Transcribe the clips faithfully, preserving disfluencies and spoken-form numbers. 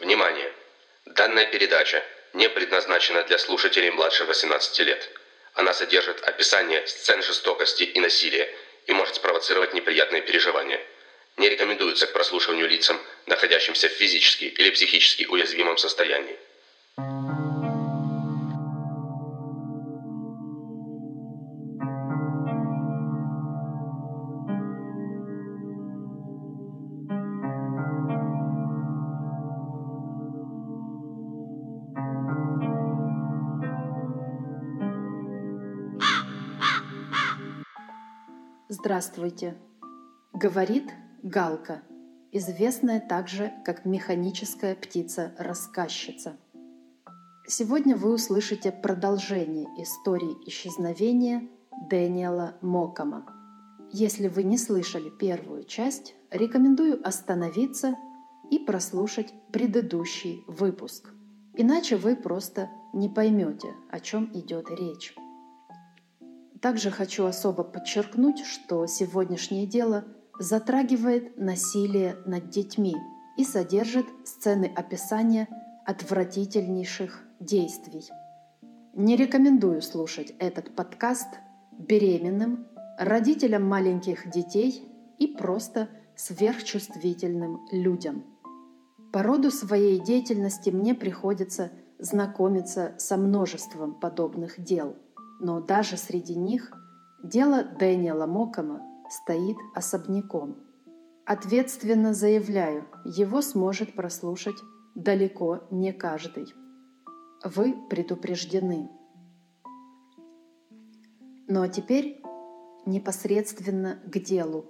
Внимание! Данная передача не предназначена для слушателей младше восемнадцати лет. Она содержит описание сцен жестокости и насилия и может спровоцировать неприятные переживания. Не рекомендуется к прослушиванию лицам, находящимся в физически или психически уязвимом состоянии. Здравствуйте! Говорит Галка, известная также как механическая птица-рассказчица. Сегодня вы услышите продолжение истории исчезновения Дэниела Мокома. Если вы не слышали первую часть, рекомендую остановиться и прослушать предыдущий выпуск. Иначе вы просто не поймете, о чем идет речь. Также хочу особо подчеркнуть, что сегодняшнее дело затрагивает насилие над детьми и содержит сцены описания отвратительнейших действий. Не рекомендую слушать этот подкаст беременным, родителям маленьких детей и просто сверхчувствительным людям. По роду своей деятельности мне приходится знакомиться со множеством подобных дел. Но даже среди них дело Дэниела Мокома стоит особняком. Ответственно заявляю, его сможет прослушать далеко не каждый. Вы предупреждены. Ну а теперь непосредственно к делу.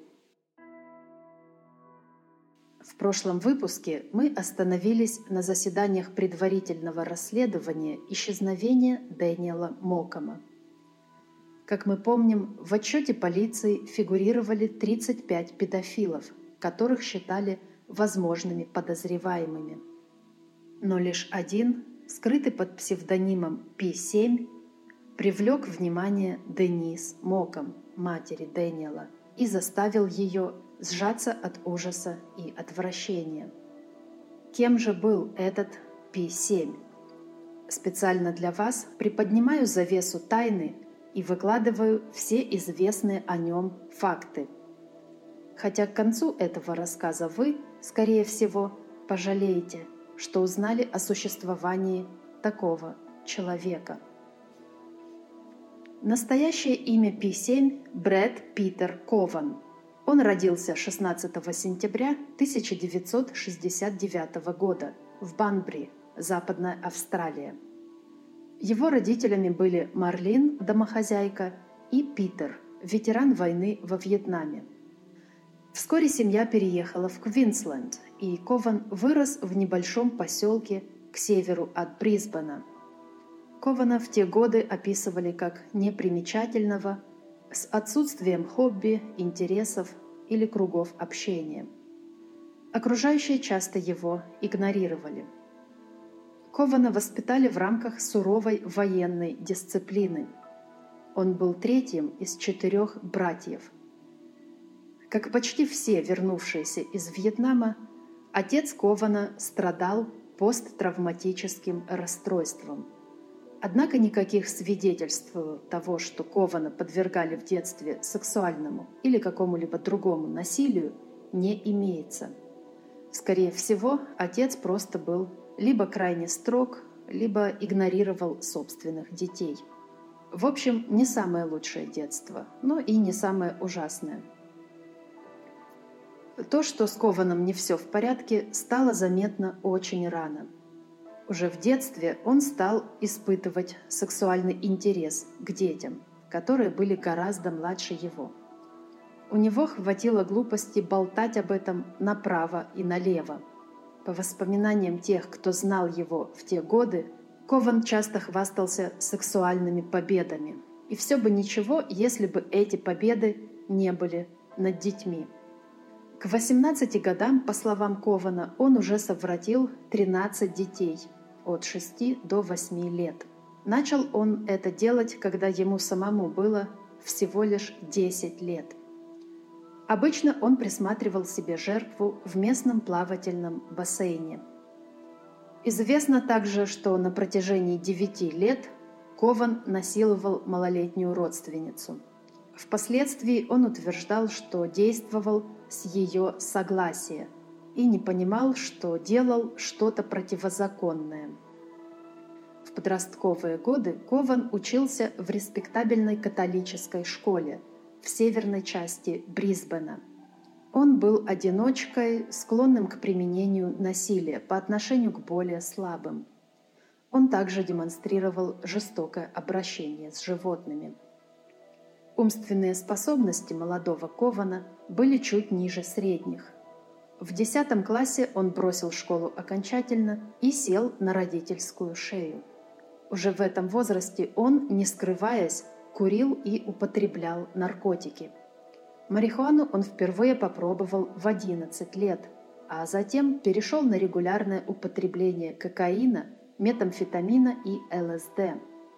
В прошлом выпуске мы остановились на заседаниях предварительного расследования исчезновения Дэниела Мокома. Как мы помним, в отчете полиции фигурировали тридцать пять педофилов, которых считали возможными подозреваемыми. Но лишь один, скрытый под псевдонимом Пи семь, привлек внимание Денис Моком, матери Дэниела, и заставил ее сжаться от ужаса и отвращения. Кем же был этот Пи семь? Специально для вас приподнимаю завесу тайны и выкладываю все известные о нем факты. Хотя к концу этого рассказа вы, скорее всего, пожалеете, что узнали о существовании такого человека. Настоящее имя Пи семь – Брэд Питер Кован. Он родился шестнадцатого сентября тысяча девятьсот шестьдесят девятого года в Банбри, Западная Австралия. Его родителями были Марлин, домохозяйка, и Питер, ветеран войны во Вьетнаме. Вскоре семья переехала в Квинсленд, и Кован вырос в небольшом поселке к северу от Брисбена. Кована в те годы описывали как непримечательного, с отсутствием хобби, интересов или кругов общения. Окружающие часто его игнорировали. Кована воспитали в рамках суровой военной дисциплины. Он был третьим из четырех братьев. Как почти все вернувшиеся из Вьетнама, отец Кована страдал посттравматическим расстройством. Однако никаких свидетельств того, что Кована подвергали в детстве сексуальному или какому-либо другому насилию, не имеется. Скорее всего, отец просто был либо крайне строг, либо игнорировал собственных детей. В общем, не самое лучшее детство, но и не самое ужасное. То, что с Кованом не все в порядке, стало заметно очень рано. Уже в детстве он стал испытывать сексуальный интерес к детям, которые были гораздо младше его. У него хватило глупости болтать об этом направо и налево. По воспоминаниям тех, кто знал его в те годы, Кован часто хвастался сексуальными победами. И все бы ничего, если бы эти победы не были над детьми. К восемнадцати годам, по словам Кована, он уже совратил тринадцать детей от шести до восьми лет. Начал он это делать, когда ему самому было всего лишь десять лет. Обычно он присматривал себе жертву в местном плавательном бассейне. Известно также, что на протяжении девяти лет Кован насиловал малолетнюю родственницу. Впоследствии он утверждал, что действовал с ее согласия и не понимал, что делал что-то противозаконное. В подростковые годы Кован учился в респектабельной католической школе в северной части Брисбена. Он был одиночкой, склонным к применению насилия по отношению к более слабым. Он также демонстрировал жестокое обращение с животными. Умственные способности молодого Кована были чуть ниже средних. В десятом классе он бросил школу окончательно и сел на родительскую шею. Уже в этом возрасте он, не скрываясь, курил и употреблял наркотики. Марихуану он впервые попробовал в одиннадцать лет, а затем перешел на регулярное употребление кокаина, метамфетамина и ЛСД.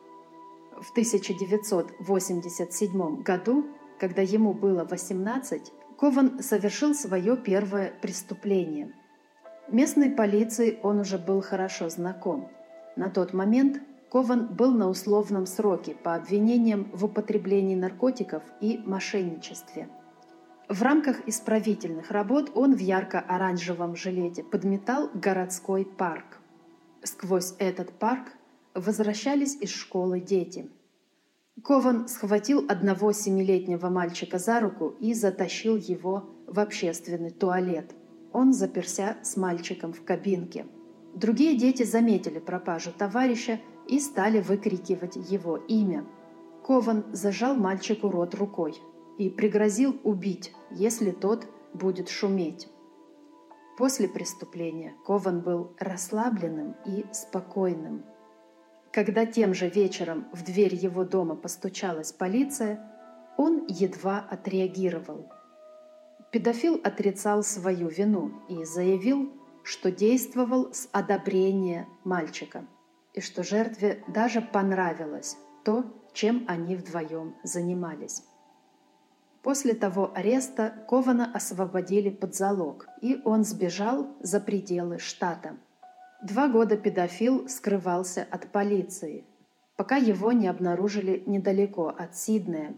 В тысяча девятьсот восемьдесят седьмом году, когда ему было восемнадцать, Кован совершил свое первое преступление. Местной полиции он уже был хорошо знаком. На тот момент Кован был на условном сроке по обвинениям в употреблении наркотиков и мошенничестве. В рамках исправительных работ он в ярко-оранжевом жилете подметал городской парк. Сквозь этот парк возвращались из школы дети. Кован схватил одного семилетнего мальчика за руку и затащил его в общественный туалет. Он заперся с мальчиком в кабинке. Другие дети заметили пропажу товарища и стали выкрикивать его имя. Кован зажал мальчику рот рукой и пригрозил убить, если тот будет шуметь. После преступления Кован был расслабленным и спокойным. Когда тем же вечером в дверь его дома постучалась полиция, он едва отреагировал. Педофил отрицал свою вину и заявил, что действовал с одобрения мальчика, и что жертве даже понравилось то, чем они вдвоем занимались. После того ареста Кована освободили под залог, и он сбежал за пределы штата. Два года педофил скрывался от полиции, пока его не обнаружили недалеко от Сиднея.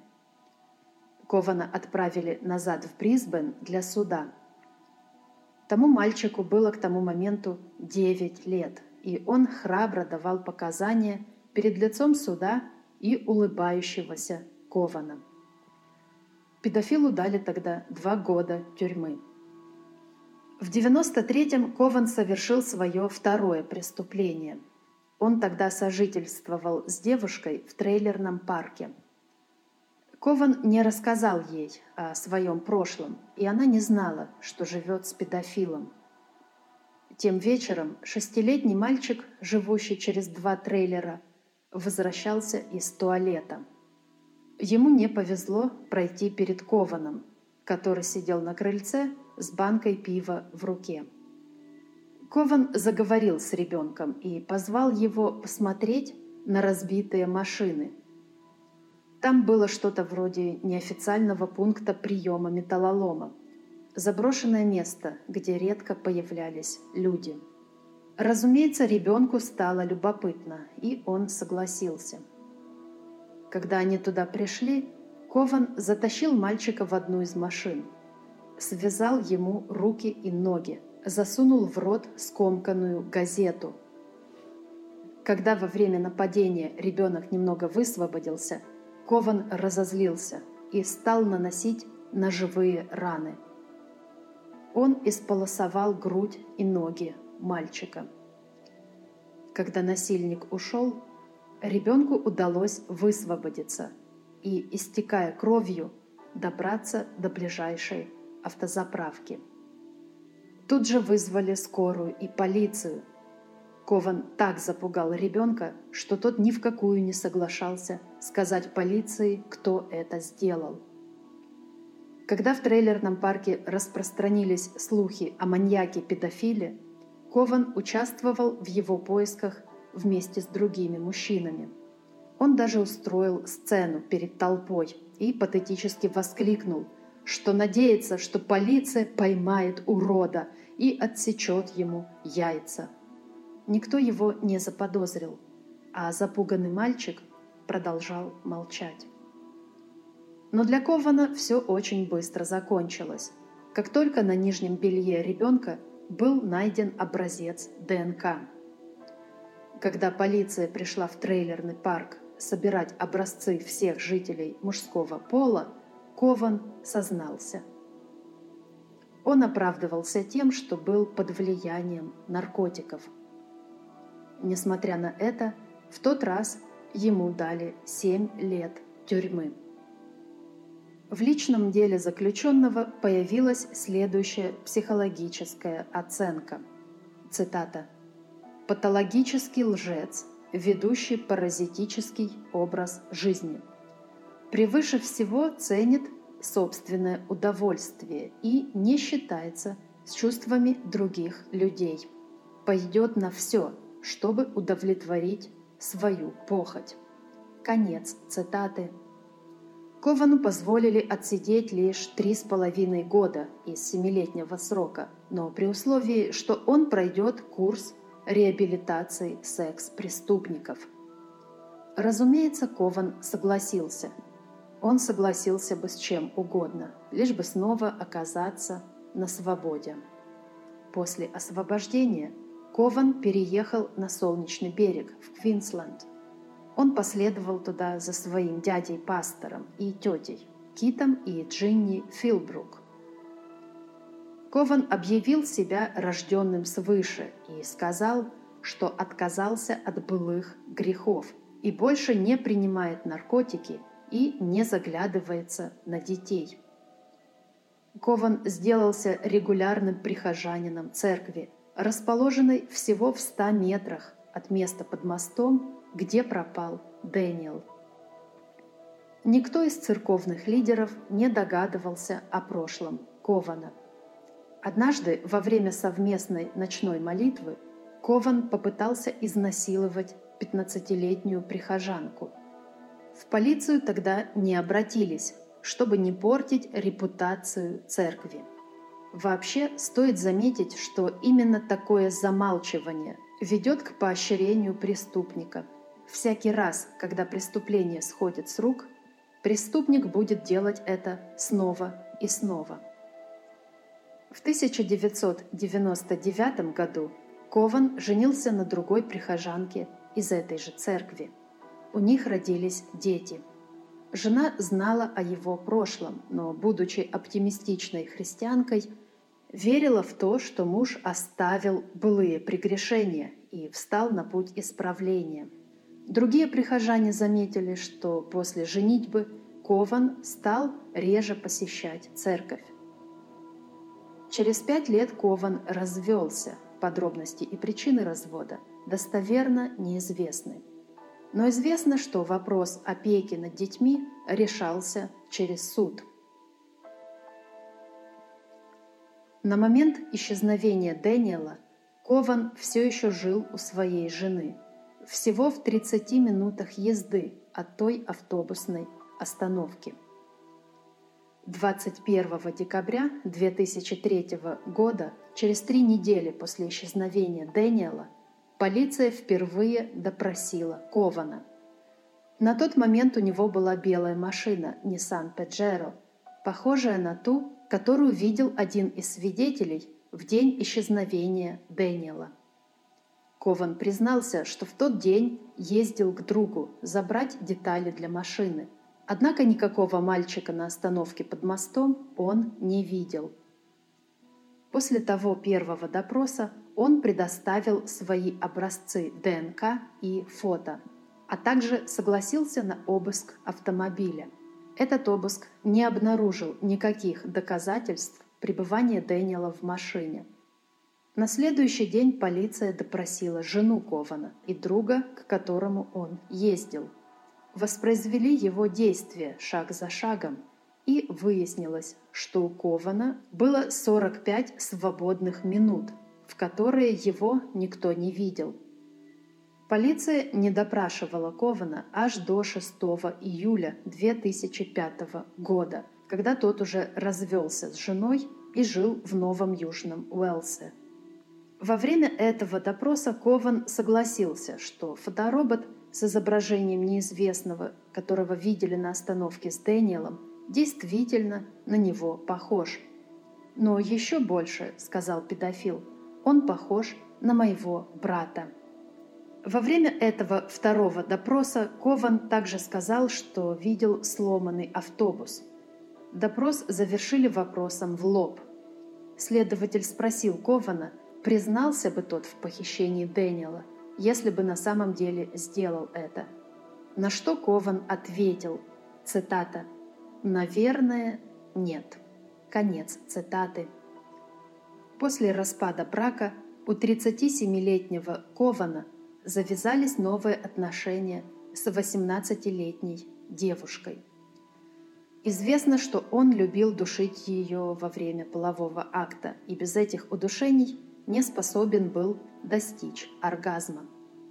Кована отправили назад в Брисбен для суда. Тому мальчику было к тому моменту девять лет, и он храбро давал показания перед лицом суда и улыбающегося Кована. Педофилу дали тогда два года тюрьмы. В девяносто третьем Кован совершил свое второе преступление. Он тогда сожительствовал с девушкой в трейлерном парке. Кован не рассказал ей о своем прошлом, и она не знала, что живет с педофилом. Тем вечером шестилетний мальчик, живущий через два трейлера, возвращался из туалета. Ему не повезло пройти перед Кованом, который сидел на крыльце с банкой пива в руке. Кован заговорил с ребенком и позвал его посмотреть на разбитые машины. Там было что-то вроде неофициального пункта приема металлолома, заброшенное место, где редко появлялись люди. Разумеется, ребенку стало любопытно, и он согласился. Когда они туда пришли, Кован затащил мальчика в одну из машин, связал ему руки и ноги, засунул в рот скомканную газету. Когда во время нападения ребенок немного высвободился, Кован разозлился и стал наносить ножевые раны. Он исполосовал грудь и ноги мальчика. Когда насильник ушел, ребенку удалось высвободиться и, истекая кровью, добраться до ближайшей автозаправки. Тут же вызвали скорую и полицию. Кован так запугал ребенка, что тот ни в какую не соглашался сказать полиции, кто это сделал. Когда в трейлерном парке распространились слухи о маньяке-педофиле, Кован участвовал в его поисках вместе с другими мужчинами. Он даже устроил сцену перед толпой и патетически воскликнул, что надеется, что полиция поймает урода и отсечет ему яйца. никто его не заподозрил, а запуганный мальчик продолжал молчать. Но для Кована все очень быстро закончилось. Как только на нижнем белье ребенка был найден образец ДНК. Когда полиция пришла в трейлерный парк собирать образцы всех жителей мужского пола, Кован сознался. Он оправдывался тем, что был под влиянием наркотиков. Несмотря на это, в тот раз ему дали семь лет тюрьмы. В личном деле заключенного появилась следующая психологическая оценка. Цитата. «Патологический лжец, ведущий паразитический образ жизни. Превыше всего ценит собственное удовольствие и не считается с чувствами других людей. Пойдет на все, чтобы удовлетворить свою похоть». Конец цитаты. Ковану позволили отсидеть лишь три с половиной года из семилетнего срока, но при условии, что он пройдет курс реабилитации секс-преступников. Разумеется, Кован согласился. Он согласился бы с чем угодно, лишь бы снова оказаться на свободе. После освобождения Кован переехал на Солнечный берег в Квинсленд. Он последовал туда за своим дядей-пастором и тетей, Китом и Джинни Филбрук. Кован объявил себя рожденным свыше и сказал, что отказался от былых грехов и больше не принимает наркотики и не заглядывается на детей. Кован сделался регулярным прихожанином церкви, расположенной всего в ста метрах от места под мостом, где пропал Дэниел. Никто из церковных лидеров не догадывался о прошлом Кована. Однажды во время совместной ночной молитвы Кован попытался изнасиловать пятнадцатилетнюю прихожанку. В полицию тогда не обратились, чтобы не портить репутацию церкви. Вообще, стоит заметить, что именно такое замалчивание ведет к поощрению преступника. Всякий раз, когда преступление сходит с рук, преступник будет делать это снова и снова. В тысяча девятьсот девяносто девятом году Кован женился на другой прихожанке из этой же церкви. У них родились дети. Жена знала о его прошлом, но, будучи оптимистичной христианкой, верила в то, что муж оставил былые прегрешения и встал на путь исправления. Другие прихожане заметили, что после женитьбы Кован стал реже посещать церковь. Через пять лет Кован развелся. Подробности и причины развода достоверно неизвестны. Но известно, что вопрос опеки над детьми решался через суд. На момент исчезновения Дэниела Кован все еще жил у своей жены, всего в тридцати минутах езды от той автобусной остановки. двадцать первого декабря две тысячи третьего года, через три недели после исчезновения Дэниела, полиция впервые допросила Кована. На тот момент у него была белая машина Nissan Pajero, похожая на ту, которую видел один из свидетелей в день исчезновения Дэниела. Кован признался, что в тот день ездил к другу забрать детали для машины. Однако никакого мальчика на остановке под мостом он не видел. После того первого допроса он предоставил свои образцы ДНК и фото, а также согласился на обыск автомобиля. Этот обыск не обнаружил никаких доказательств пребывания Дэниела в машине. На следующий день полиция допросила жену Кована и друга, к которому он ездил. Воспроизвели его действия шаг за шагом, и выяснилось, что у Кована было сорок пять свободных минут, в которые его никто не видел. Полиция не допрашивала Кована аж до шестого июля две тысячи пятого года, когда тот уже развелся с женой и жил в Новом Южном Уэльсе. Во время этого допроса Кован согласился, что фоторобот с изображением неизвестного, которого видели на остановке с Дэниелом, действительно на него похож. «Но еще больше, — сказал педофил, — он похож на моего брата». Во время этого второго допроса Кован также сказал, что видел сломанный автобус. Допрос завершили вопросом в лоб. Следователь спросил Кована, признался бы тот в похищении Дэниела, если бы на самом деле сделал это. На что Кован ответил, цитата, «Наверное, нет». Конец цитаты. После распада брака у тридцатисемилетнего Кована завязались новые отношения с восемнадцатилетней девушкой. Известно, что он любил душить ее во время полового акта и без этих удушений не способен был достичь оргазма.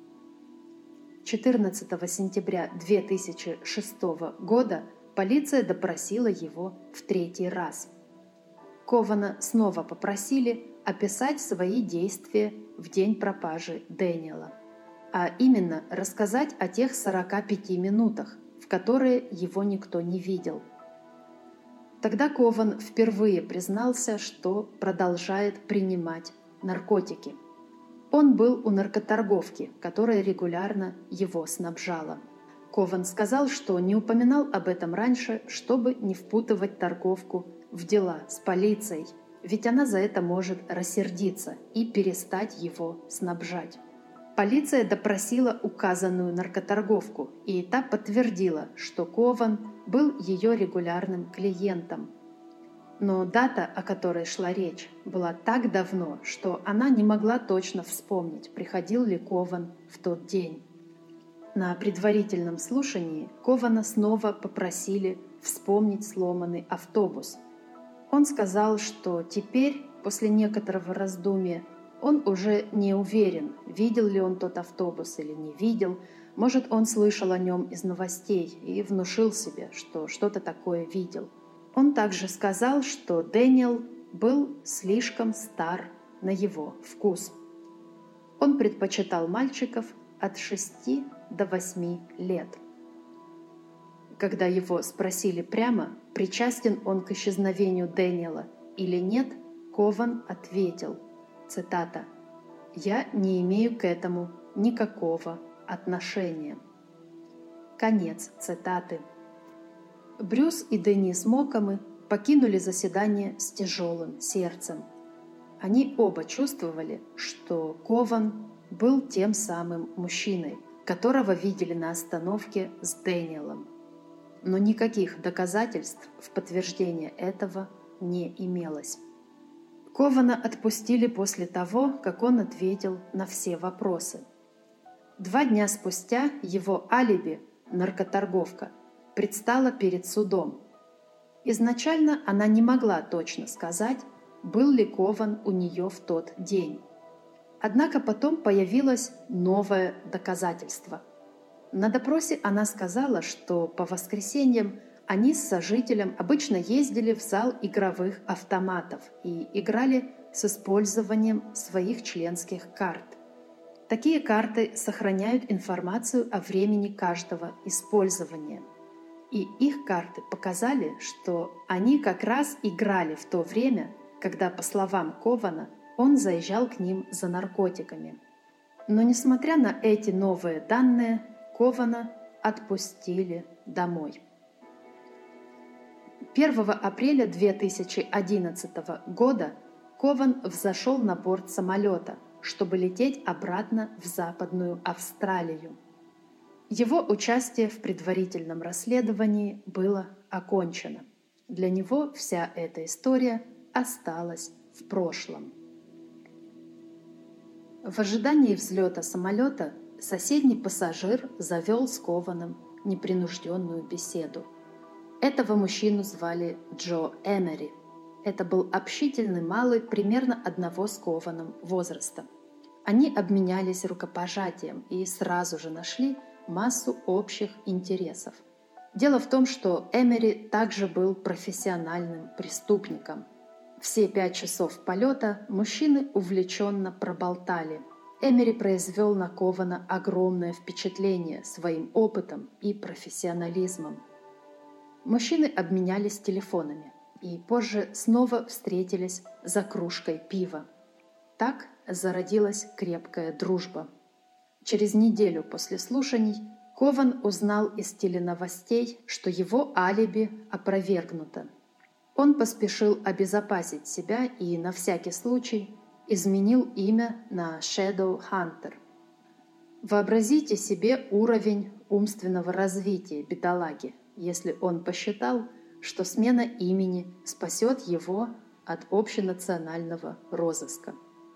четырнадцатого сентября две тысячи шестого года полиция допросила его в третий раз. Кована снова попросили описать свои действия в день пропажи Дэниела, а именно рассказать о тех сорока пяти минутах, в которые его никто не видел. Тогда Кован впервые признался, что продолжает принимать наркотики. Он был у наркоторговки, которая регулярно его снабжала. Кован сказал, что не упоминал об этом раньше, чтобы не впутывать торговку в дела с полицией, ведь она за это может рассердиться и перестать его снабжать. Полиция допросила указанную наркоторговку, и та подтвердила, что Кован был ее регулярным клиентом. Но дата, о которой шла речь, была так давно, что она не могла точно вспомнить, приходил ли Кован в тот день. На предварительном слушании Кована снова попросили вспомнить сломанный автобус. Он сказал, что теперь, после некоторого раздумья, он уже не уверен, видел ли он тот автобус или не видел. Может, он слышал о нем из новостей и внушил себе, что что-то такое видел. Он также сказал, что Дэниел был слишком стар на его вкус. Он предпочитал мальчиков от шести до восьми лет. Когда его спросили прямо, причастен он к исчезновению Дэниела или нет, Кован ответил, цитата, «Я не имею к этому никакого отношения». Конец цитаты. Брюс и Денис Мокомы покинули заседание с тяжелым сердцем. Они оба чувствовали, что Кован был тем самым мужчиной, которого видели на остановке с Дэниелом. Но никаких доказательств в подтверждение этого не имелось. Кована отпустили после того, как он ответил на все вопросы. Два дня спустя его алиби, наркоторговка, предстала перед судом. Изначально она не могла точно сказать, был ли Кован у нее в тот день. Однако потом появилось новое доказательство. На допросе она сказала, что по воскресеньям они с сожителем обычно ездили в зал игровых автоматов и играли с использованием своих членских карт. Такие карты сохраняют информацию о времени каждого использования. И их карты показали, что они как раз играли в то время, когда, по словам Кована, он заезжал к ним за наркотиками. Но несмотря на эти новые данные, Кована отпустили домой. первого апреля две тысячи одиннадцатого года Кован взошел на борт самолета, чтобы лететь обратно в Западную Австралию. Его участие в предварительном расследовании было окончено. Для него вся эта история осталась в прошлом. В ожидании взлета самолета соседний пассажир завел с Кованом непринужденную беседу. Этого мужчину звали Джо Эмери. Это был общительный малый примерно одного с Кованом возраста. Они обменялись рукопожатием и сразу же нашли массу общих интересов. Дело в том, что Эмери также был профессиональным преступником. Все пять часов полета мужчины увлеченно проболтали. Эмери произвел на Кована огромное впечатление своим опытом и профессионализмом. Мужчины обменялись телефонами и позже снова встретились за кружкой пива. Так зародилась крепкая дружба. Через неделю после слушаний Кован узнал из теленовостей, что его алиби опровергнуто. Он поспешил обезопасить себя и на всякий случай изменил имя на Shadow Hunter. Вообразите себе уровень умственного развития бедолаги, если он посчитал, что смена имени спасет его от общенационального розыска.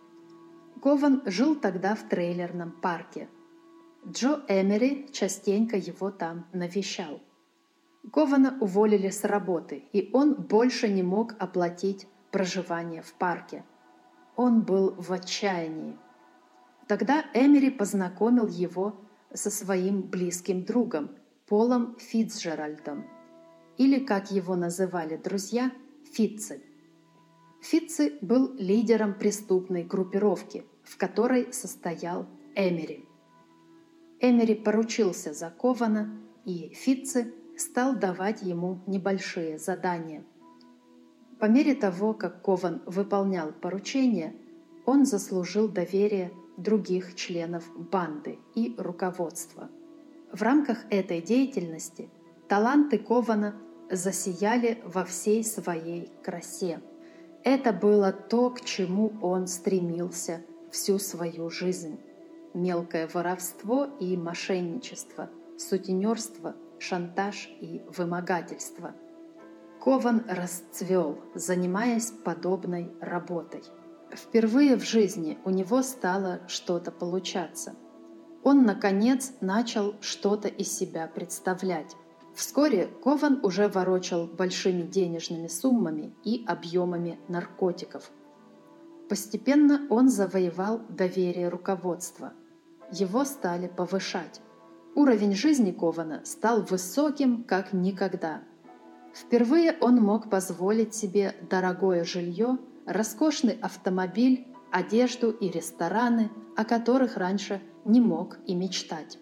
Кован жил тогда в трейлерном парке. Джо Эмери частенько его там навещал. Кована уволили с работы, и он больше не мог оплатить проживание в парке. Он был в отчаянии. Тогда Эмери познакомил его со своим близким другом Полом Фицджеральдом, или, как его называли друзья, Фитци. Фитци был лидером преступной группировки, в которой состоял Эмери. Эмери поручился за Кована, и Фитци стал давать ему небольшие задания. По мере того, как Кован выполнял поручения, он заслужил доверие других членов банды и руководства. В рамках этой деятельности таланты Кована засияли во всей своей красе. Это было то, к чему он стремился всю свою жизнь. Мелкое воровство и мошенничество, сутенерство, шантаж и вымогательство. Кован расцвел, занимаясь подобной работой. Впервые в жизни у него стало что-то получаться. Он, наконец, начал что-то из себя представлять. Вскоре Кован уже ворочал большими денежными суммами и объемами наркотиков. Постепенно он завоевал доверие руководства. Его стали повышать. Уровень жизни Кована стал высоким, как никогда. Впервые он мог позволить себе дорогое жилье, роскошный автомобиль, одежду и рестораны, о которых раньше не мог и мечтать.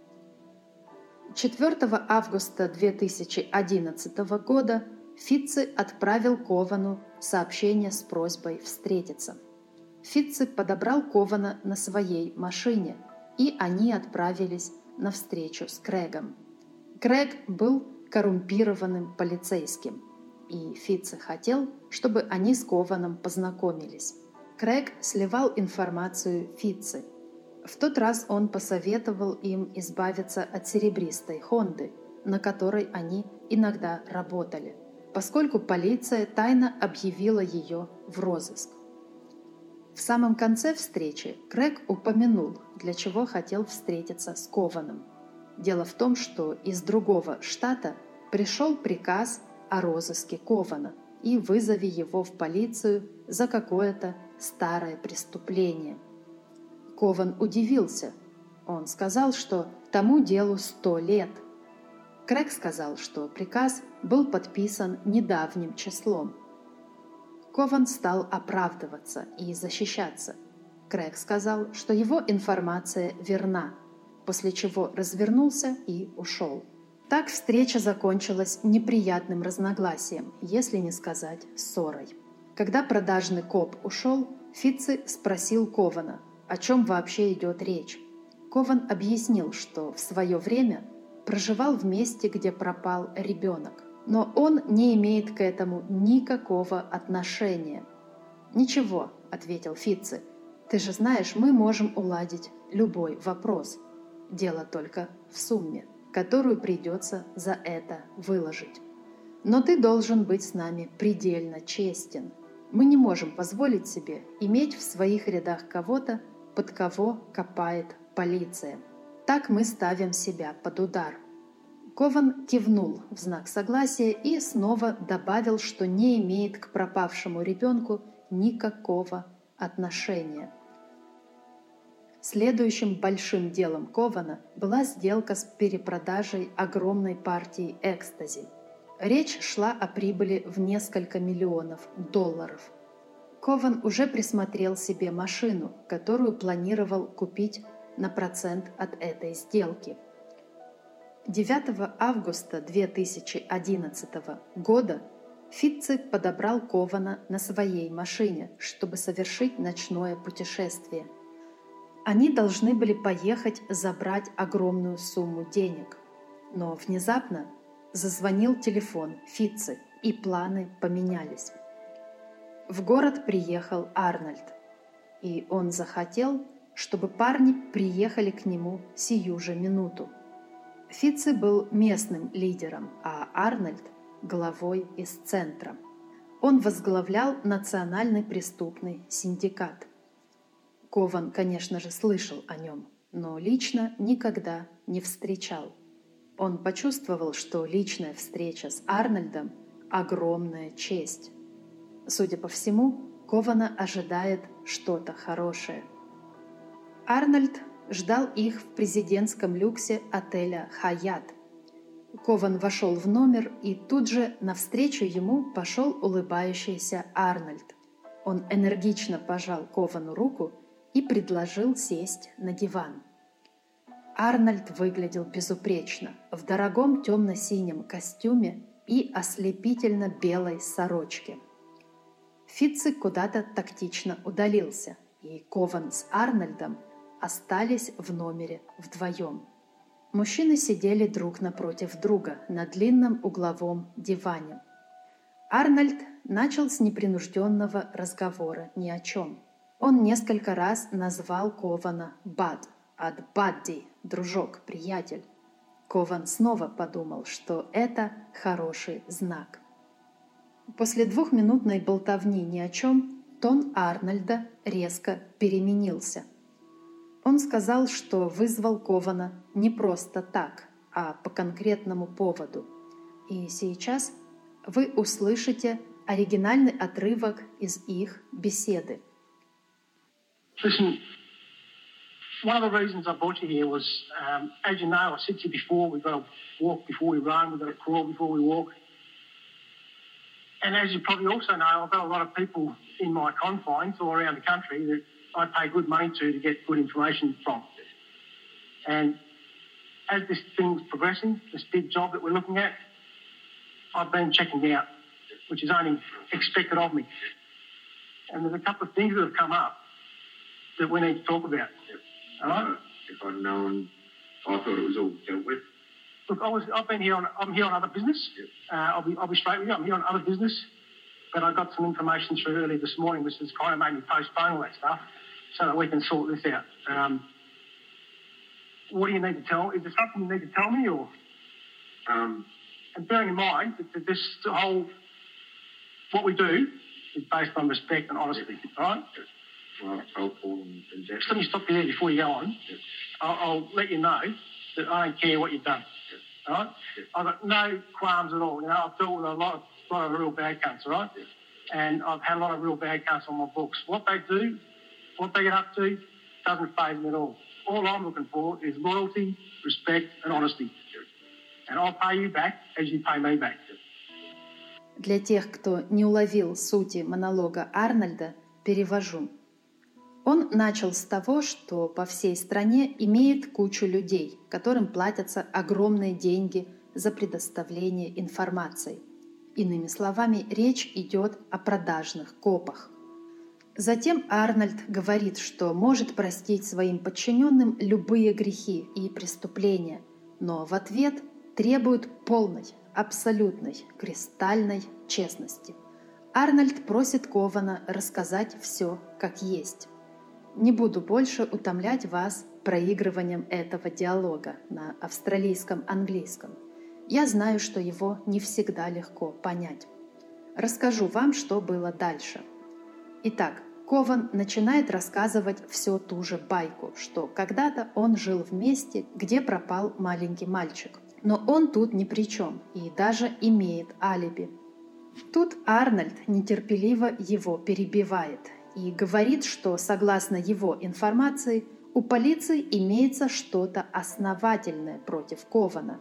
четвёртого августа две тысячи одиннадцатого года Фитци отправил Ковану сообщение с просьбой встретиться. Фитци подобрал Кована на своей машине, и они отправились на встречу с Крэгом. Крэг был коррумпированным полицейским, и Фитци хотел, чтобы они с Кованом познакомились. Крэг сливал информацию Фитци. В тот раз он посоветовал им избавиться от серебристой Хонды, на которой они иногда работали, поскольку полиция тайно объявила ее в розыск. В самом конце встречи Крэг упомянул, для чего хотел встретиться с Кованом. Дело в том, что из другого штата пришел приказ о розыске Кована и вызове его в полицию за какое-то старое преступление. Кован удивился. Он сказал, что тому делу сто лет. Крэг сказал, что приказ был подписан недавним числом. Кован стал оправдываться и защищаться. Крэг сказал, что его информация верна, после чего развернулся и ушел. Так встреча закончилась неприятным разногласием, если не сказать ссорой. Когда продажный коп ушел, Фитци спросил Кована, о чем вообще идет речь. Кован объяснил, что в свое время проживал в месте, где пропал ребенок, но он не имеет к этому никакого отношения. «Ничего», — ответил Фитци, — «ты же знаешь, мы можем уладить любой вопрос. Дело только в сумме, которую придется за это выложить. Но ты должен быть с нами предельно честен. Мы не можем позволить себе иметь в своих рядах кого-то, под кого копает полиция. Так мы ставим себя под удар». Кован кивнул в знак согласия и снова добавил, что не имеет к пропавшему ребенку никакого отношения. Следующим большим делом Кована была сделка с перепродажей огромной партии экстази. Речь шла о прибыли в несколько миллионов долларов. Кован уже присмотрел себе машину, которую планировал купить на процент от этой сделки. девятого августа две тысячи одиннадцатого года Фитци подобрал Кована на своей машине, чтобы совершить ночное путешествие. Они должны были поехать забрать огромную сумму денег. Но внезапно зазвонил телефон Фитци, и планы поменялись. В город приехал Арнольд, и он захотел, чтобы парни приехали к нему сию же минуту. Фитци был местным лидером, а Арнольд – главой из центра. Он возглавлял национальный преступный синдикат. Кован, конечно же, слышал о нем, но лично никогда не встречал. Он почувствовал, что личная встреча с Арнольдом – огромная честь. Судя по всему, Кована ожидает что-то хорошее. Арнольд ждал их в президентском люксе отеля «Хаят». Кован вошел в номер, и тут же навстречу ему пошел улыбающийся Арнольд. Он энергично пожал Ковану руку и предложил сесть на диван. Арнольд выглядел безупречно в дорогом темно-синем костюме и ослепительно белой сорочке. Фитци куда-то тактично удалился, и Кован с Арнольдом остались в номере вдвоем. Мужчины сидели друг напротив друга на длинном угловом диване. Арнольд начал с непринужденного разговора ни о чем. Он несколько раз назвал Кована «Бад» от «Бадди» – «дружок», «приятель». Кован снова подумал, что это хороший знак. После двухминутной болтовни ни о чем тон Арнольда резко переменился. Он сказал, что вызвал Кована не просто так, а по конкретному поводу. И сейчас вы услышите оригинальный отрывок из их беседы. Listen, one of the reasons I brought you here was, um, as you know, I said to you before, we've got to walk before we run, we've got to crawl before we walk. And as you probably also know, I've got a lot of people in my confines all around the country that I pay good money to to get good information from. And as this thing's progressing, this big job that we're looking at, I've been checking out, which is only expected of me. And there's a couple of things that have come up that we need to talk about. All right? If I'd known, I thought it was all dealt with. Look, I was, I've been here on, I'm here on other business. Yep. Uh, I'll be, I'll be straight with you. I'm here on other business, but I got some information through early this morning, which has kind of made me postpone all that stuff, so that we can sort this out. Um, what do you need to tell? Is there something you need to tell me, or? Um, and bearing in mind that, that this whole, what we do is based on respect and honesty, all right? well, I've told Paul and, and Jeff. Just let me stop you there before you go on. Yep. I'll, I'll let you know that I don't care what you've done. Yep. All right? Yep. I've got no qualms at all. You know, I've dealt with a lot of, lot of real bad cunts, all right? Yep. And I've had a lot of real bad cunts on my books. What they do, what they get up to, doesn't faze me at all. All I'm looking for is loyalty, respect and honesty. Yep. And I'll pay you back as you pay me back. Для тех, кто не уловил сути монолога Арнольда, перевожу. Он начал с того, что по всей стране имеет кучу людей, которым платятся огромные деньги за предоставление информации. Иными словами, речь идет о продажных копах. Затем Арнольд говорит, что может простить своим подчиненным любые грехи и преступления, но в ответ требует полной, абсолютной, кристальной честности. Арнольд просит Кована рассказать все как есть. Не буду больше утомлять вас проигрыванием этого диалога на австралийском английском. Я знаю, что его не всегда легко понять. Расскажу вам, что было дальше. Итак, Кован начинает рассказывать всю ту же байку, что когда-то он жил в месте, где пропал маленький мальчик. Но он тут ни при чем и даже имеет алиби. Тут Арнольд нетерпеливо его перебивает и говорит, что, согласно его информации, у полиции имеется что-то основательное против Кована.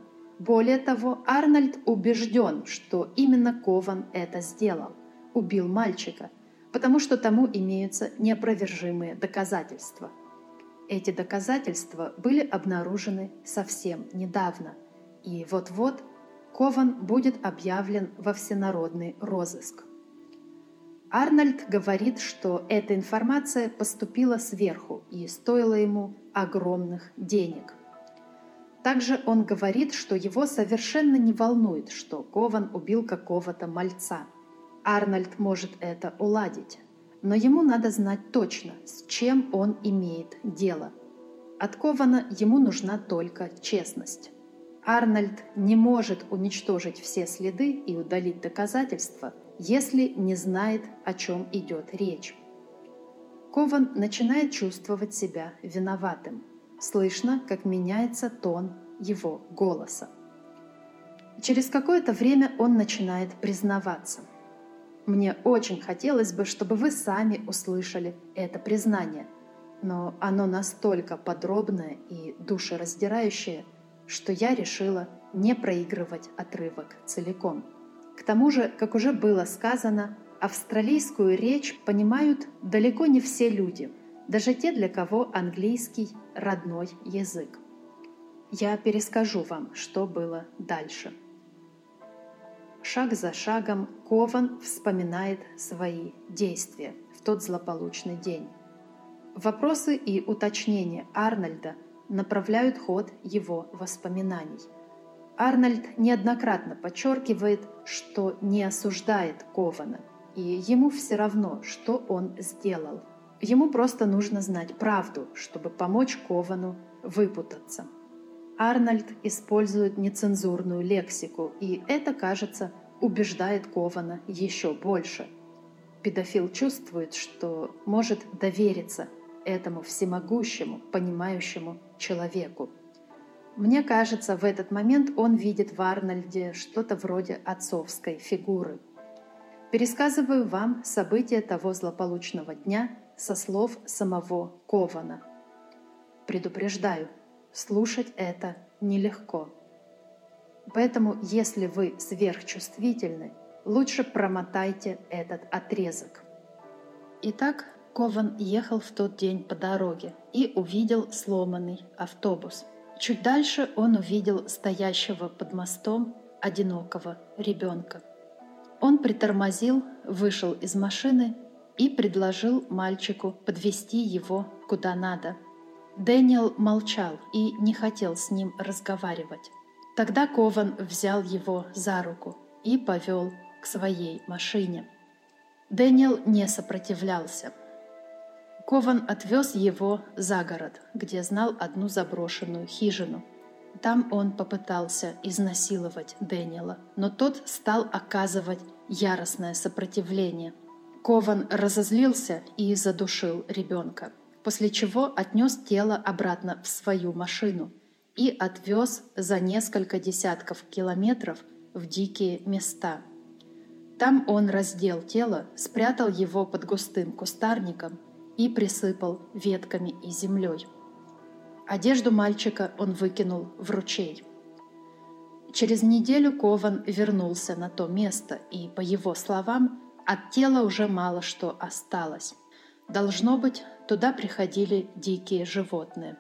Более того, Арнольд убежден, что именно Кован это сделал, убил мальчика, потому что тому имеются неопровержимые доказательства. Эти доказательства были обнаружены совсем недавно, и вот-вот Кован будет объявлен во всенародный розыск. Арнольд говорит, что эта информация поступила сверху и стоила ему огромных денег. Также он говорит, что его совершенно не волнует, что Кован убил какого-то мальца. Арнольд может это уладить, но ему надо знать точно, с чем он имеет дело. От Кована ему нужна только честность. Арнольд не может уничтожить все следы и удалить доказательства, если не знает, о чем идет речь. Кован начинает чувствовать себя виноватым. Слышно, как меняется тон его голоса. Через какое-то время он начинает признаваться. «Мне очень хотелось бы, чтобы вы сами услышали это признание, но оно настолько подробное и душераздирающее, что я решила не проигрывать отрывок целиком. К тому же, как уже было сказано, австралийскую речь понимают далеко не все люди, даже те, для кого английский – родной язык. Я перескажу вам, что было дальше». Шаг за шагом Кован вспоминает свои действия в тот злополучный день. Вопросы и уточнения Арнольда направляют ход его воспоминаний. Арнольд неоднократно подчеркивает, что не осуждает Кована, и ему все равно, что он сделал. Ему просто нужно знать правду, чтобы помочь Ковану выпутаться. Арнольд использует нецензурную лексику, и это, кажется, убеждает Кована еще больше. Педофил чувствует, что может довериться этому всемогущему, понимающему человеку. Мне кажется, в этот момент он видит в Арнольде что-то вроде отцовской фигуры. Пересказываю вам события того злополучного дня со слов самого Кована. Предупреждаю, слушать это нелегко. Поэтому, если вы сверхчувствительны, лучше промотайте этот отрезок. Итак, Кован ехал в тот день по дороге и увидел сломанный автобус. Чуть дальше он увидел стоящего под мостом одинокого ребенка. Он притормозил, вышел из машины и предложил мальчику подвезти его куда надо. Дэниел молчал и не хотел с ним разговаривать. Тогда Кован взял его за руку и повел к своей машине. Дэниел не сопротивлялся. Кован отвез его за город, где знал одну заброшенную хижину. Там он попытался изнасиловать Дэниела, но тот стал оказывать яростное сопротивление. Кован разозлился и задушил ребенка, после чего отнес тело обратно в свою машину и отвез за несколько десятков километров в дикие места. Там он раздел тело, спрятал его под густым кустарником и присыпал ветками и землей. Одежду мальчика он выкинул в ручей. Через неделю Кован вернулся на то место, и, по его словам, от тела уже мало что осталось. Должно быть, туда приходили дикие животные.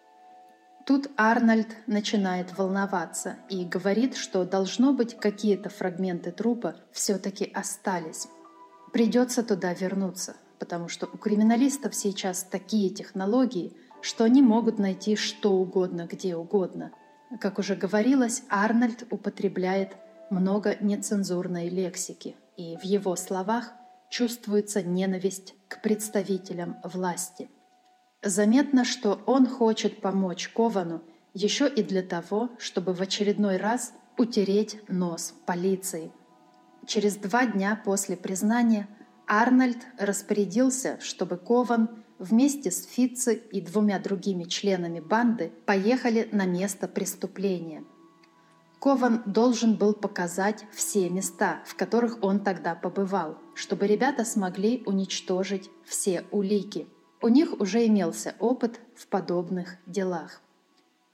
Тут Арнольд начинает волноваться и говорит, что, должно быть, какие-то фрагменты трупа все-таки остались. Придется туда вернуться, потому что у криминалистов сейчас такие технологии, что они могут найти что угодно, где угодно. Как уже говорилось, Арнольд употребляет много нецензурной лексики, и в его словах чувствуется ненависть к представителям власти. Заметно, что он хочет помочь Ковану еще и для того, чтобы в очередной раз утереть нос полиции. Через два дня после признания Арнольд распорядился, чтобы Кован вместе с Фитци и двумя другими членами банды поехали на место преступления. Кован должен был показать все места, в которых он тогда побывал, чтобы ребята смогли уничтожить все улики. У них уже имелся опыт в подобных делах.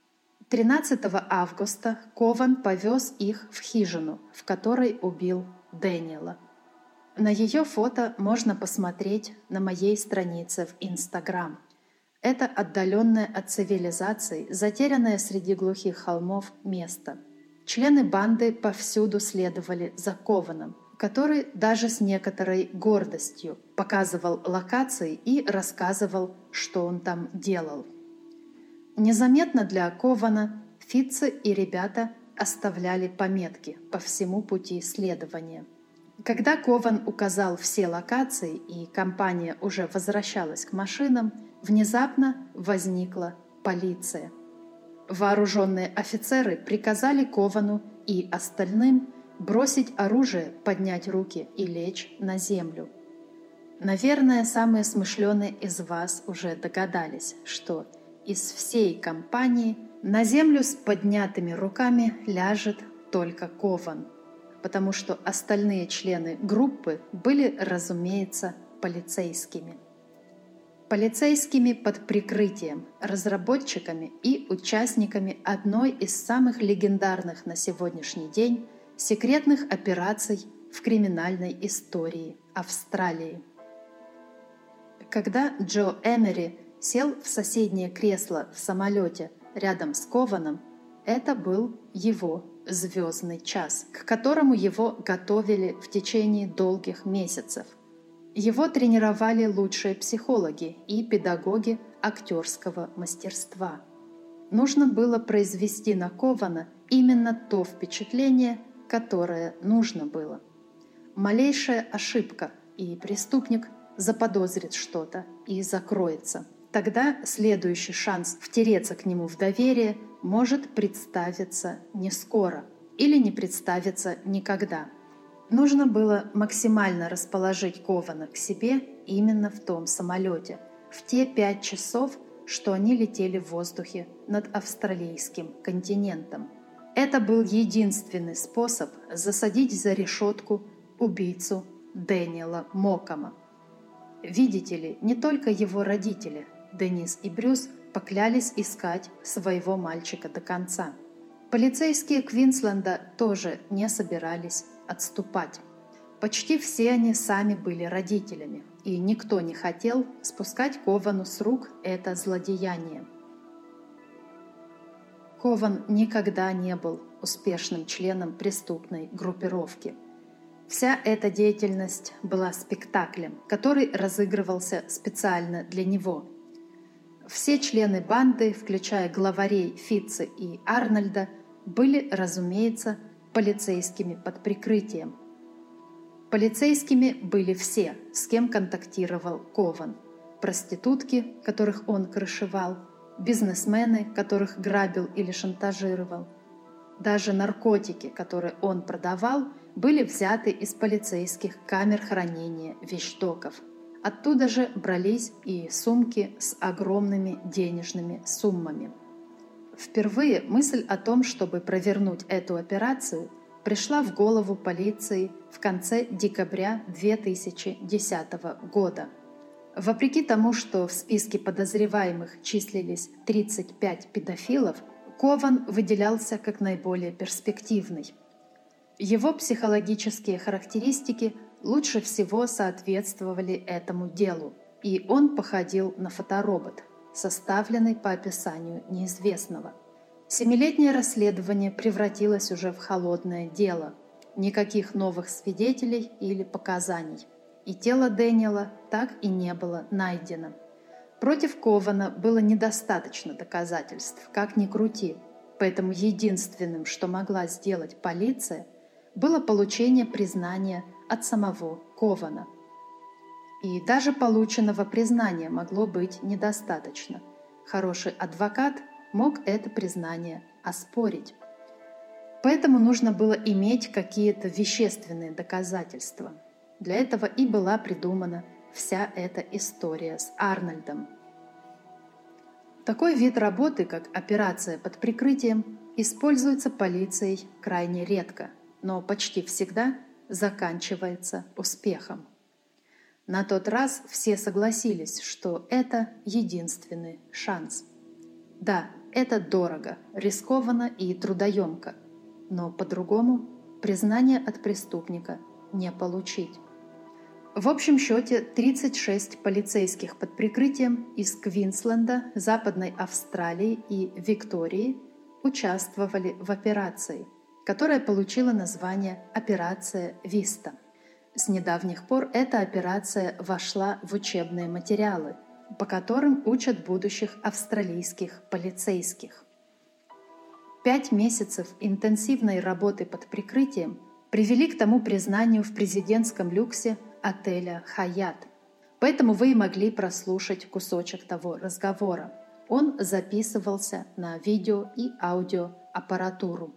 тринадцатого августа Кован повез их в хижину, в которой убил Дэниела. На ее фото можно посмотреть на моей странице в Инстаграм. Это отдаленное от цивилизации, затерянное среди глухих холмов место. Члены банды повсюду следовали за Кованом, который даже с некоторой гордостью показывал локации и рассказывал, что он там делал. Незаметно для Кована Фитцы и ребята оставляли пометки по всему пути следования. Когда Кован указал все локации и компания уже возвращалась к машинам, внезапно возникла полиция. Вооруженные офицеры приказали Ковану и остальным бросить оружие, поднять руки и лечь на землю. Наверное, самые смышленые из вас уже догадались, что из всей компании на землю с поднятыми руками ляжет только Кован, потому что остальные члены группы были, разумеется, полицейскими. Полицейскими под прикрытием, разработчиками и участниками одной из самых легендарных на сегодняшний день секретных операций в криминальной истории Австралии. Когда Джо Эмери сел в соседнее кресло в самолете рядом с Кованом, это был его звездный час, к которому его готовили в течение долгих месяцев. Его тренировали лучшие психологи и педагоги актерского мастерства. Нужно было произвести на Кована именно то впечатление, которое нужно было. Малейшая ошибка, и преступник заподозрит что-то и закроется. Тогда следующий шанс втереться к нему в доверие может представиться не скоро или не представиться никогда. Нужно было максимально расположить Кована к себе именно в том самолете, в те пять часов, что они летели в воздухе над австралийским континентом. Это был единственный способ засадить за решетку убийцу Дэниела Мокома. Видите ли, не только его родители, Денис и Брюс, поклялись искать своего мальчика до конца. Полицейские Квинсленда тоже не собирались отступать. Почти все они сами были родителями, и никто не хотел спускать Ковану с рук это злодеяние. Кован никогда не был успешным членом преступной группировки. Вся эта деятельность была спектаклем, который разыгрывался специально для него. Все члены банды, включая главарей Фитца и Арнольда, были, разумеется, полицейскими под прикрытием. Полицейскими были все, с кем контактировал Кован. Проститутки, которых он крышевал, бизнесмены, которых грабил или шантажировал. Даже наркотики, которые он продавал, были взяты из полицейских камер хранения вещдоков. Оттуда же брались и сумки с огромными денежными суммами. Впервые мысль о том, чтобы провернуть эту операцию, пришла в голову полиции в конце декабря две тысячи десятого года. Вопреки тому, что в списке подозреваемых числились тридцать пять педофилов, Кован выделялся как наиболее перспективный. Его психологические характеристики лучше всего соответствовали этому делу, и он походил на фоторобот, составленный по описанию неизвестного. Семилетнее расследование превратилось уже в холодное дело. Никаких новых свидетелей или показаний. И тело Дэниела так и не было найдено. Против Кована было недостаточно доказательств, как ни крути, поэтому единственным, что могла сделать полиция, было получение признания от самого Кована. И даже полученного признания могло быть недостаточно. Хороший адвокат мог это признание оспорить. Поэтому нужно было иметь какие-то вещественные доказательства. Для этого и была придумана вся эта история с Арнольдом. Такой вид работы, как операция под прикрытием, используется полицией крайне редко, но почти всегда заканчивается успехом. На тот раз все согласились, что это единственный шанс. Да, Это дорого, рискованно и трудоемко, но по-другому признание от преступника не получить. В общем счете тридцать шесть полицейских под прикрытием из Квинсленда, Западной Австралии и Виктории участвовали в операции, которая получила название «Операция Виста». С недавних пор эта операция вошла в учебные материалы, по которым учат будущих австралийских полицейских. Пять месяцев интенсивной работы под прикрытием привели к тому признанию в президентском люксе отеля «Хаят». Поэтому вы и могли прослушать кусочек того разговора. Он записывался на видео и аудиоаппаратуру.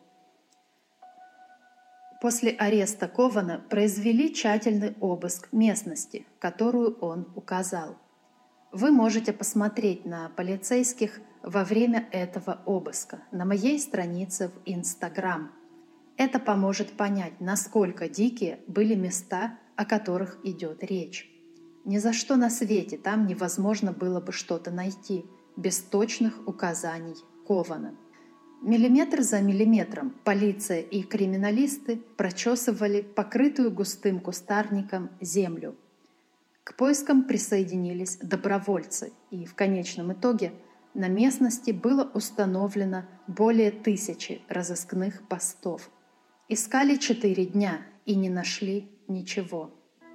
После ареста Кована произвели тщательный обыск местности, которую он указал. Вы можете посмотреть на полицейских во время этого обыска на моей странице в Инстаграм. Это поможет понять, насколько дикие были места, о которых идет речь. Ни за что на свете там невозможно было бы что-то найти без точных указаний Кована. Миллиметр за миллиметром полиция и криминалисты прочесывали покрытую густым кустарником землю. К поискам присоединились добровольцы, и в конечном итоге на местности было установлено более тысячи разыскных постов. Искали четыре дня и не нашли ничего.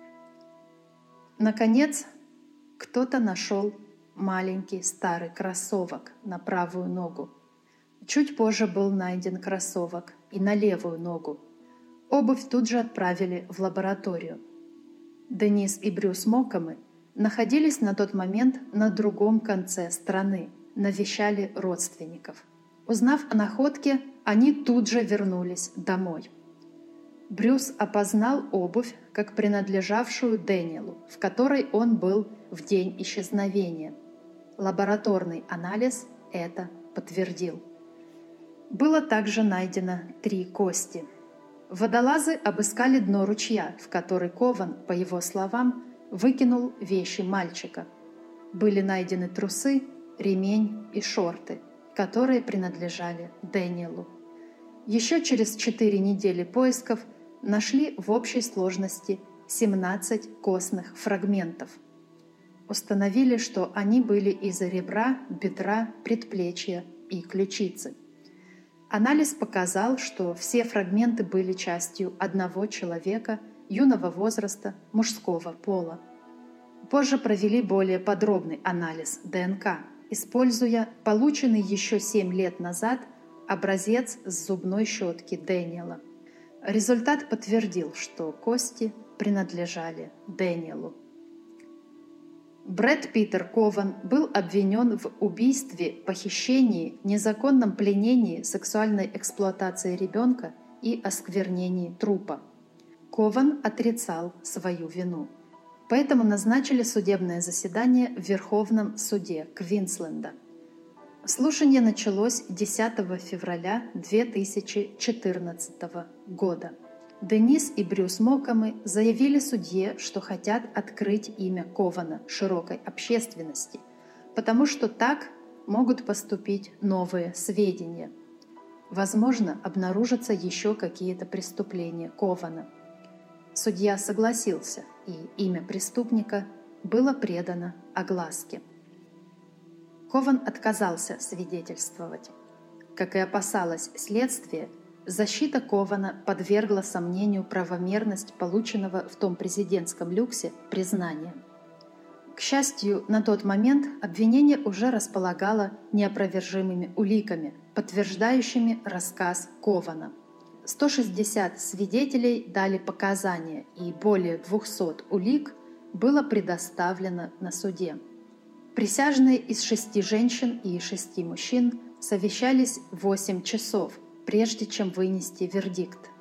Наконец, кто-то нашел маленький старый кроссовок на правую ногу. Чуть позже был найден кроссовок и на левую ногу. Обувь тут же отправили в лабораторию. Денис и Брюс Мокомы находились на тот момент на другом конце страны, навещали родственников. Узнав о находке, они тут же вернулись домой. Брюс опознал обувь как принадлежавшую Дэниелу, в которой он был в день исчезновения. Лабораторный анализ это подтвердил. Было также найдено три кости. Водолазы обыскали дно ручья, в который Кован, по его словам, выкинул вещи мальчика. Были найдены трусы, ремень и шорты, которые принадлежали Дэниелу. Еще через четыре недели поисков нашли в общей сложности семнадцать костных фрагментов. Установили, что они были из ребра, бедра, предплечья и ключицы. Анализ показал, что все фрагменты были частью одного человека юного возраста мужского пола. Позже провели более подробный анализ ДНК, используя полученный еще семь лет назад образец с зубной щетки Дэниела. Результат подтвердил, что кости принадлежали Дэниелу. Брэд Питер Кован был обвинен в убийстве, похищении, незаконном пленении, сексуальной эксплуатации ребенка и осквернении трупа. Кован отрицал свою вину. Поэтому назначили судебное заседание в Верховном суде Квинсленда. Слушание началось десятого февраля две тысячи четырнадцатого года. Денис и Брюс Мокомы заявили судье, что хотят открыть имя Кована широкой общественности, потому что так могут поступить новые сведения. Возможно, обнаружатся еще какие-то преступления Кована. Судья согласился, и имя преступника было предано огласке. Кован отказался свидетельствовать. Как и опасалось следствие, защита Кована подвергла сомнению правомерность полученного в том президентском люксе признания. К счастью, на тот момент обвинение уже располагало неопровержимыми уликами, подтверждающими рассказ Кована. сто шестьдесят свидетелей дали показания, и более двухсот улик было предоставлено на суде. Присяжные из шести женщин и шести мужчин совещались восемь часов, прежде чем вынести вердикт.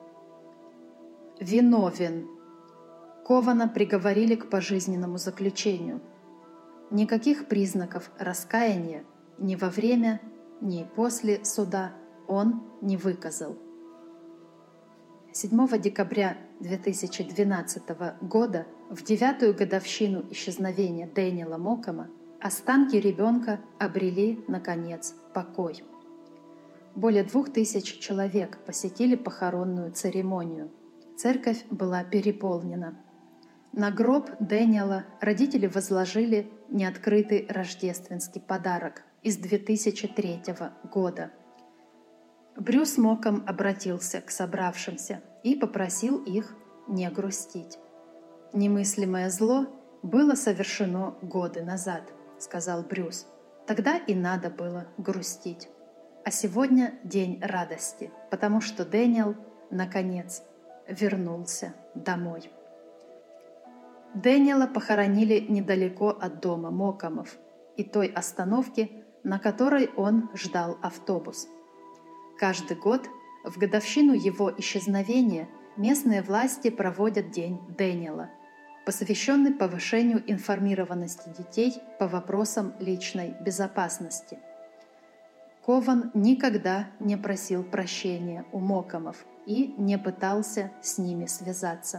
Виновен. Кована приговорили к пожизненному заключению. Никаких признаков раскаяния ни во время, ни после суда он не выказал. седьмого декабря две тысячи двенадцатого года, в девятую годовщину исчезновения Дэниела Мокома, Останки ребенка обрели, наконец, покой. Более двух тысяч человек посетили похоронную церемонию. Церковь была переполнена. На гроб Дэниела родители возложили неоткрытый рождественский подарок из две тысячи третьего года. Брюс Мокам обратился к собравшимся и попросил их не грустить. «Немыслимое зло было совершено годы назад», — сказал Брюс. «Тогда и надо было грустить. А сегодня день радости, потому что Дэниел, наконец, вернулся домой». Дэниела похоронили недалеко от дома Мокамов и той остановки, на которой он ждал автобус. Каждый год, в годовщину его исчезновения, местные власти проводят День Дэниела, посвященный повышению информированности детей по вопросам личной безопасности. Кован никогда не просил прощения у Мокамов и не пытался с ними связаться.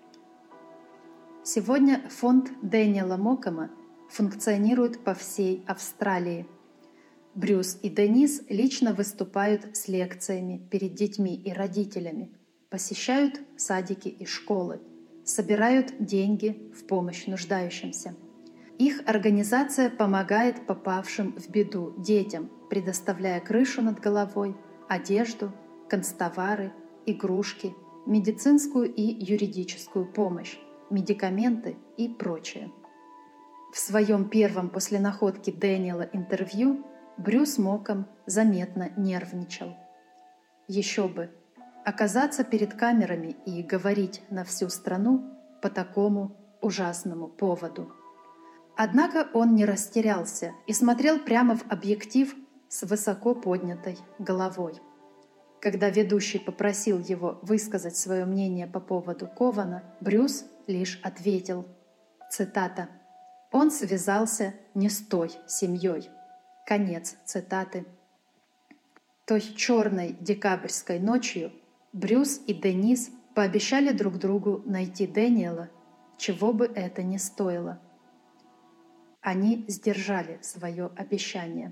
Сегодня фонд Дэниела Мокама функционирует по всей Австралии. Брюс и Денис лично выступают с лекциями перед детьми и родителями, посещают садики и школы, собирают деньги в помощь нуждающимся. Их организация помогает попавшим в беду детям, предоставляя крышу над головой, одежду, канцтовары, игрушки, медицинскую и юридическую помощь, медикаменты и прочее. В своем первом после находки Дэниела интервью Брюс Мокам заметно нервничал. Еще бы, оказаться перед камерами и говорить на всю страну по такому ужасному поводу. Однако он не растерялся и смотрел прямо в объектив с высоко поднятой головой. Когда ведущий попросил его высказать свое мнение по поводу Кована, Брюс лишь ответил, цитата, «Он связался не с той семьей». Конец цитаты. Той черной декабрьской ночью Брюс и Денис пообещали друг другу найти Дэниела, чего бы это ни стоило. Они сдержали свое обещание.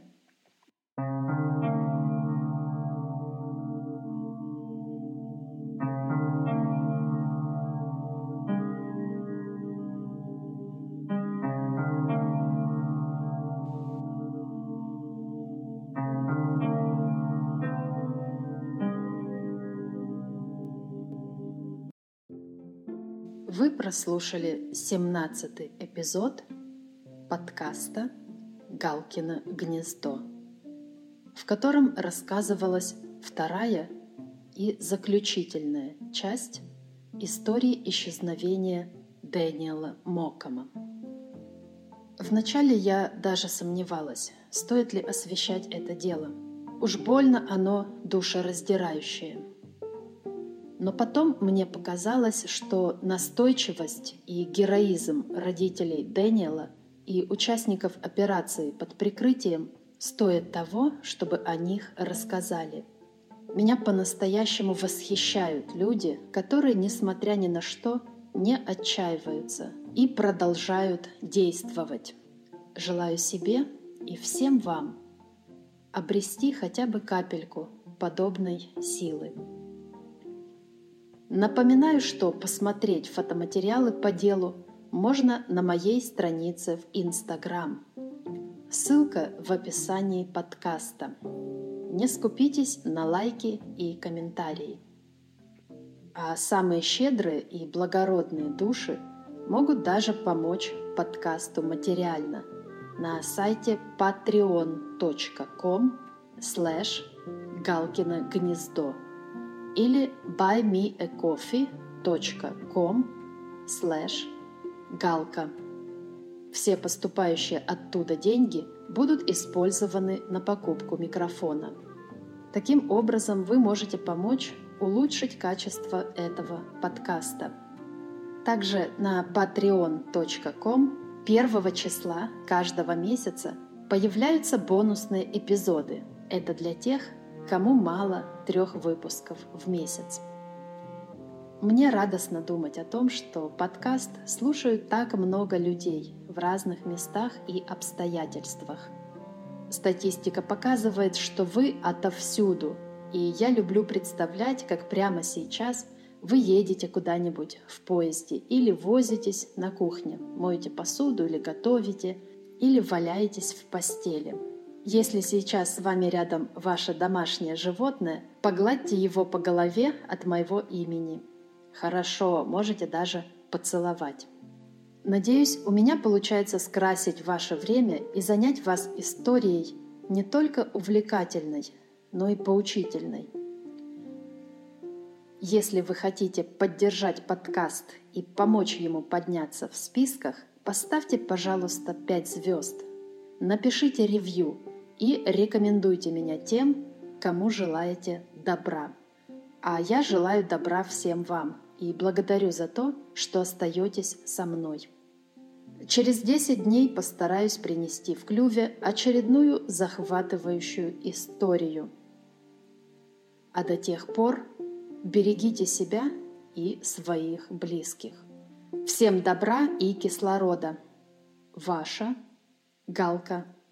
Вы прослушали семнадцатый эпизод подкаста «Галкино гнездо», в котором рассказывалась вторая и заключительная часть истории исчезновения Дэниела Мокама. Вначале я даже сомневалась, стоит ли освещать это дело. Уж больно оно душераздирающее. Но потом мне показалось, что настойчивость и героизм родителей Дэниела и участников операции под прикрытием стоят того, чтобы о них рассказали. Меня по-настоящему восхищают люди, которые, несмотря ни на что, не отчаиваются и продолжают действовать. Желаю себе и всем вам обрести хотя бы капельку подобной силы. Напоминаю, что посмотреть фотоматериалы по делу можно на моей странице в Instagram. Ссылка в описании подкаста. Не скупитесь на лайки и комментарии. А самые щедрые и благородные души могут даже помочь подкасту материально на сайте patreon точка com слэш галкино гнездо или buymeacoffee точка com слэш галка. Все поступающие оттуда деньги будут использованы на покупку микрофона. Таким образом, вы можете помочь улучшить качество этого подкаста. Также на patreon точка com первого числа каждого месяца появляются бонусные эпизоды. Это для тех, кому мало трех выпусков в месяц. Мне радостно думать о том, что подкаст слушают так много людей в разных местах и обстоятельствах. Статистика показывает, что вы отовсюду, и я люблю представлять, как прямо сейчас вы едете куда-нибудь в поезде или возитесь на кухне, моете посуду или готовите, или валяетесь в постели. Если сейчас с вами рядом ваше домашнее животное, погладьте его по голове от моего имени. Хорошо, можете даже поцеловать. Надеюсь, у меня получается скрасить ваше время и занять вас историей не только увлекательной, но и поучительной. Если вы хотите поддержать подкаст и помочь ему подняться в списках, поставьте, пожалуйста, пять звезд, напишите ревью и рекомендуйте меня тем, кому желаете добра. А я желаю добра всем вам и благодарю за то, что остаетесь со мной. Через десять дней постараюсь принести в клюве очередную захватывающую историю. А до тех пор берегите себя и своих близких. Всем добра и кислорода. Ваша Галка